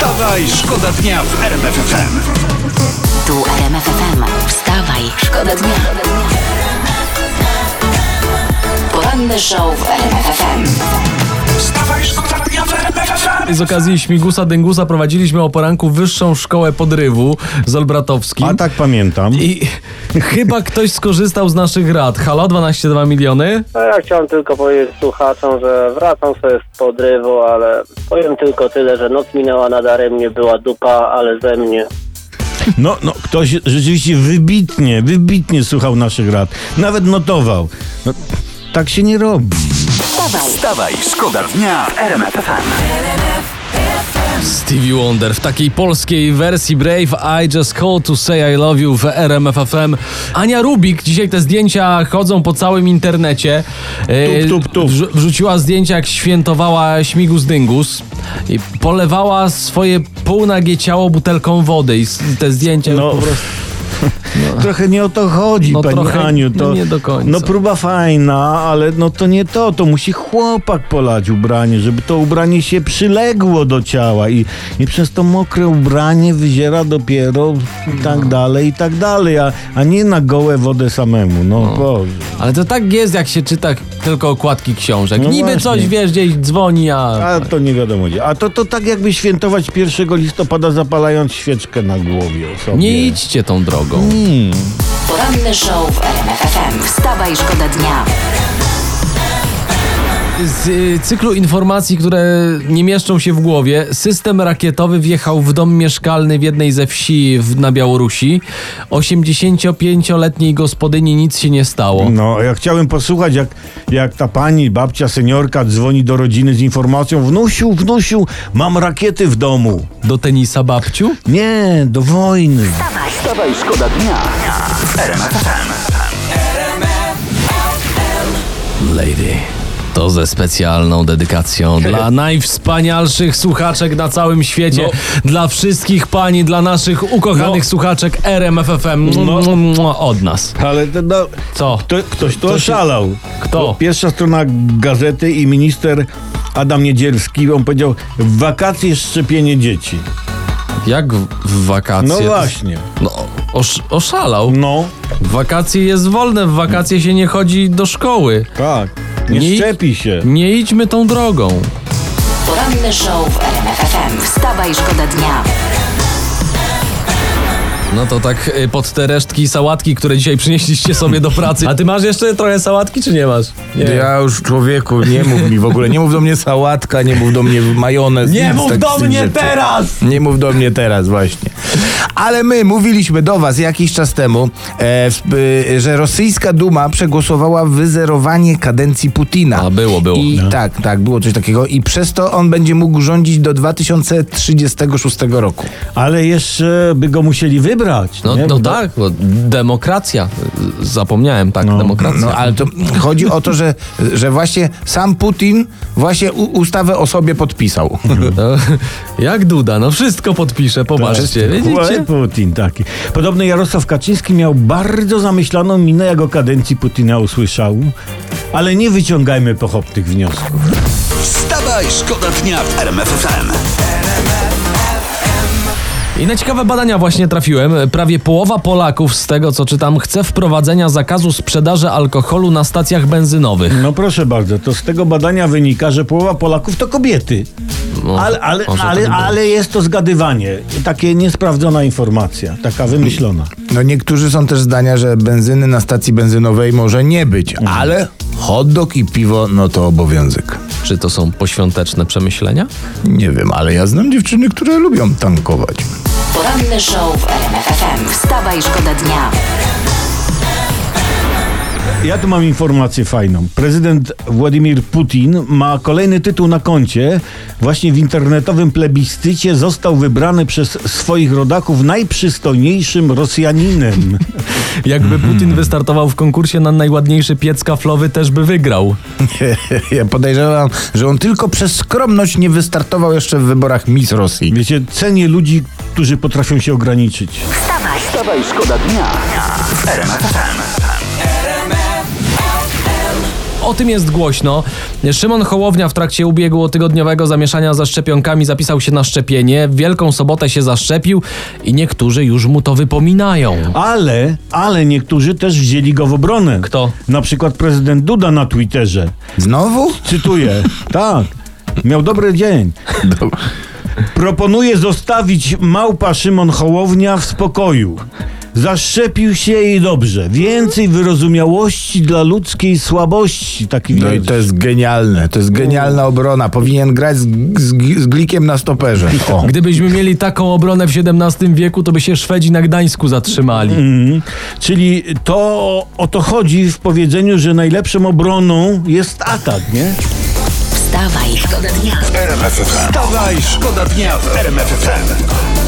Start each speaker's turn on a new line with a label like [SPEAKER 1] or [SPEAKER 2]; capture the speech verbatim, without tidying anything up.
[SPEAKER 1] Wstawaj, szkoda dnia w R M F F M.
[SPEAKER 2] Tu R M F F M. Wstawaj, szkoda dnia. Poranny show w R M F F M.
[SPEAKER 1] Wstawaj, szkoda dnia w R M F F M.
[SPEAKER 3] Z okazji Śmigusa Dyngusa prowadziliśmy o poranku Wyższą Szkołę Podrywu z Olbratowskim.
[SPEAKER 4] A tak pamiętam.
[SPEAKER 3] I chyba ktoś skorzystał z naszych rad. Halo, dwanaście dwa miliony?
[SPEAKER 5] No ja chciałem tylko powiedzieć słuchaczom, że wracam sobie z podrywu, ale powiem tylko tyle, że noc minęła nadaremnie, była dupa, ale ze mnie.
[SPEAKER 4] No, no, ktoś rzeczywiście wybitnie, wybitnie słuchał naszych rad. Nawet notował. No, tak się nie robi.
[SPEAKER 2] Wstawaj,
[SPEAKER 1] Wstawaj, szkoda dnia w R M F F M.
[SPEAKER 3] Stevie Wonder w takiej polskiej wersji Brave I Just Called to Say I Love You w R M F F M. Ania Rubik, dzisiaj te zdjęcia chodzą po całym internecie. E,
[SPEAKER 4] Tup, tup, tup.
[SPEAKER 3] wrzu- Wrzuciła zdjęcia, jak świętowała Śmigus Dyngus i polewała swoje półnagie ciało butelką wody i s- te zdjęcia
[SPEAKER 4] No,
[SPEAKER 3] po prostu...
[SPEAKER 4] Trochę nie o to chodzi,
[SPEAKER 3] No
[SPEAKER 4] pani
[SPEAKER 3] trochę
[SPEAKER 4] Aniu. To,
[SPEAKER 3] no nie do końca.
[SPEAKER 4] No próba fajna, ale no to nie to. To musi chłopak polać ubranie, żeby to ubranie się przyległo do ciała i, i przez to mokre ubranie wyziera dopiero i tak dalej, i tak dalej, a, a nie na gołe wodę samemu. No, no. Boże.
[SPEAKER 3] Ale to tak jest, jak się czyta tylko okładki książek.
[SPEAKER 4] No
[SPEAKER 3] Niby
[SPEAKER 4] właśnie.
[SPEAKER 3] coś, wiesz, gdzieś dzwoni, a...
[SPEAKER 4] A to nie wiadomo gdzie. A to, to tak jakby świętować pierwszego listopada zapalając świeczkę na głowie sobie.
[SPEAKER 3] Nie idźcie tą drogą.
[SPEAKER 4] Hmm.
[SPEAKER 2] poranny show w R M F F M. Wstawaj, szkoda dnia.
[SPEAKER 3] Z y, cyklu informacji, które nie mieszczą się w głowie, system rakietowy wjechał w dom mieszkalny w jednej ze wsi w, na Białorusi. osiemdziesięciopięcioletniej gospodyni nic się nie stało.
[SPEAKER 4] No, ja chciałem posłuchać, jak, jak ta pani, babcia, seniorka dzwoni do rodziny z informacją: wnusiu, wnusiu, mam rakiety w domu.
[SPEAKER 3] Do tenisa, babciu?
[SPEAKER 4] Nie, do wojny.
[SPEAKER 1] Wstawaj, szkoda dnia w R M F F M.
[SPEAKER 3] Lady. To ze specjalną dedykacją dla najwspanialszych słuchaczek na całym świecie,
[SPEAKER 4] No.
[SPEAKER 3] dla wszystkich pani, dla naszych ukochanych
[SPEAKER 4] No.
[SPEAKER 3] słuchaczek R M F F M.
[SPEAKER 4] No.
[SPEAKER 3] Od nas.
[SPEAKER 4] Ale to, no,
[SPEAKER 3] Co?
[SPEAKER 4] kto, ktoś tu
[SPEAKER 3] Kto się-
[SPEAKER 4] oszalał.
[SPEAKER 3] Kto?
[SPEAKER 4] Bo Pierwsza strona gazety i minister Adam Niedzielski, on powiedział: w wakacje szczepienie dzieci.
[SPEAKER 3] Jak w, w wakacje?
[SPEAKER 4] No właśnie.
[SPEAKER 3] No, osz, oszalał.
[SPEAKER 4] No,
[SPEAKER 3] W wakacje jest wolne, w wakacje się nie chodzi do szkoły.
[SPEAKER 4] tak. Nie,
[SPEAKER 3] Nie-
[SPEAKER 4] szczepi się.
[SPEAKER 3] Nie idźmy tą drogą.
[SPEAKER 2] Poranny show w R M F F M. Wstawaj, szkoda dnia.
[SPEAKER 3] No to tak y, pod te resztki sałatki, które dzisiaj przynieśliście sobie do pracy. A ty masz jeszcze trochę sałatki, czy nie masz? Nie.
[SPEAKER 6] Ja już, człowieku, nie mów mi w ogóle, nie mów do mnie sałatka, nie mów do mnie majonez.
[SPEAKER 3] Nie
[SPEAKER 6] nic
[SPEAKER 3] mów
[SPEAKER 6] tak
[SPEAKER 3] do
[SPEAKER 6] z tych
[SPEAKER 3] mnie
[SPEAKER 6] rzeczy.
[SPEAKER 3] teraz!
[SPEAKER 6] Nie mów do mnie teraz, właśnie. Ale my mówiliśmy do was jakiś czas temu, e, w, y, że rosyjska Duma przegłosowała wyzerowanie kadencji Putina.
[SPEAKER 3] A, było, było.
[SPEAKER 6] I,
[SPEAKER 3] No.
[SPEAKER 6] Tak, tak, było coś takiego i przez to on będzie mógł rządzić do dwa tysiące trzydziestego szóstego roku.
[SPEAKER 4] Ale jeszcze by go musieli wybrać.
[SPEAKER 3] No,
[SPEAKER 4] nie?
[SPEAKER 3] no
[SPEAKER 4] Bo-
[SPEAKER 3] tak, bo demokracja. Zapomniałem, tak,
[SPEAKER 4] No,
[SPEAKER 3] demokracja.
[SPEAKER 6] No ale to chodzi o to, że, że właśnie sam Putin właśnie u, ustawę o sobie podpisał.
[SPEAKER 3] No, jak Duda, no wszystko podpisze, popatrzcie.
[SPEAKER 4] Ale
[SPEAKER 3] Widzicie?
[SPEAKER 4] Putin taki. Podobno Jarosław Kaczyński miał bardzo zamyślaną minę, jak o kadencji Putina usłyszał. Ale nie wyciągajmy pochopnych wniosków.
[SPEAKER 1] Wstawaj, szkoda dnia w R M F F M.
[SPEAKER 3] I na ciekawe badania właśnie trafiłem. Prawie połowa Polaków, z tego co czytam, chce wprowadzenia zakazu sprzedaży alkoholu na stacjach benzynowych.
[SPEAKER 4] No proszę bardzo, to z tego badania wynika, że połowa Polaków to kobiety.
[SPEAKER 3] No,
[SPEAKER 4] Ale, ale,
[SPEAKER 3] może
[SPEAKER 4] ale,
[SPEAKER 3] tak być.
[SPEAKER 4] ale jest to zgadywanie. Takie niesprawdzona informacja, taka wymyślona.
[SPEAKER 6] No niektórzy są też zdania, że benzyny na stacji benzynowej może nie być, ale hot dog i piwo, no to obowiązek.
[SPEAKER 3] Czy to są poświąteczne przemyślenia?
[SPEAKER 6] Nie wiem, ale ja znam dziewczyny, które lubią tankować.
[SPEAKER 2] Poranny show w R M F F M. Wstawaj, szkoda dnia.
[SPEAKER 4] Ja tu mam informację fajną. Prezydent Władimir Putin ma kolejny tytuł na koncie. Właśnie w internetowym plebiscycie został wybrany przez swoich rodaków najprzystojniejszym Rosjaninem.
[SPEAKER 3] Jakby Putin wystartował w konkursie na najładniejszy piec kaflowy, też by wygrał.
[SPEAKER 6] Ja podejrzewam, że on tylko przez skromność nie wystartował jeszcze w wyborach Miss Rosji.
[SPEAKER 4] Wiecie, cenię ludzi, którzy potrafią się ograniczyć.
[SPEAKER 2] Wstawaj,
[SPEAKER 1] Wstawaj, szkoda dnia w R M F F M.
[SPEAKER 3] o tym jest głośno. Szymon Hołownia w trakcie ubiegłotygodniowego zamieszania ze szczepionkami zapisał się na szczepienie. W Wielką Sobotę się zaszczepił i niektórzy już mu to wypominają.
[SPEAKER 4] Ale, ale niektórzy też wzięli go w obronę.
[SPEAKER 3] Kto?
[SPEAKER 4] Na przykład prezydent Duda na Twitterze.
[SPEAKER 6] Znowu?
[SPEAKER 4] Cytuję. Tak. Miał dobry dzień. Proponuję zostawić małpa Szymon Hołownia w spokoju. Zaszczepił się i dobrze. Więcej wyrozumiałości dla ludzkiej słabości. Taki
[SPEAKER 6] No i
[SPEAKER 4] wiersz.
[SPEAKER 6] to jest genialne, to jest genialna obrona. Powinien grać z, z, z Glikiem na stoperze. O.
[SPEAKER 3] Gdybyśmy mieli taką obronę w siedemnastym wieku, to by się Szwedzi na Gdańsku zatrzymali.
[SPEAKER 4] Mhm. Czyli to o to chodzi w powiedzeniu, że najlepszą obroną jest atak, nie?
[SPEAKER 2] Wstawaj, szkoda dnia.
[SPEAKER 1] Wstawaj, szkoda dnia w R M F F M.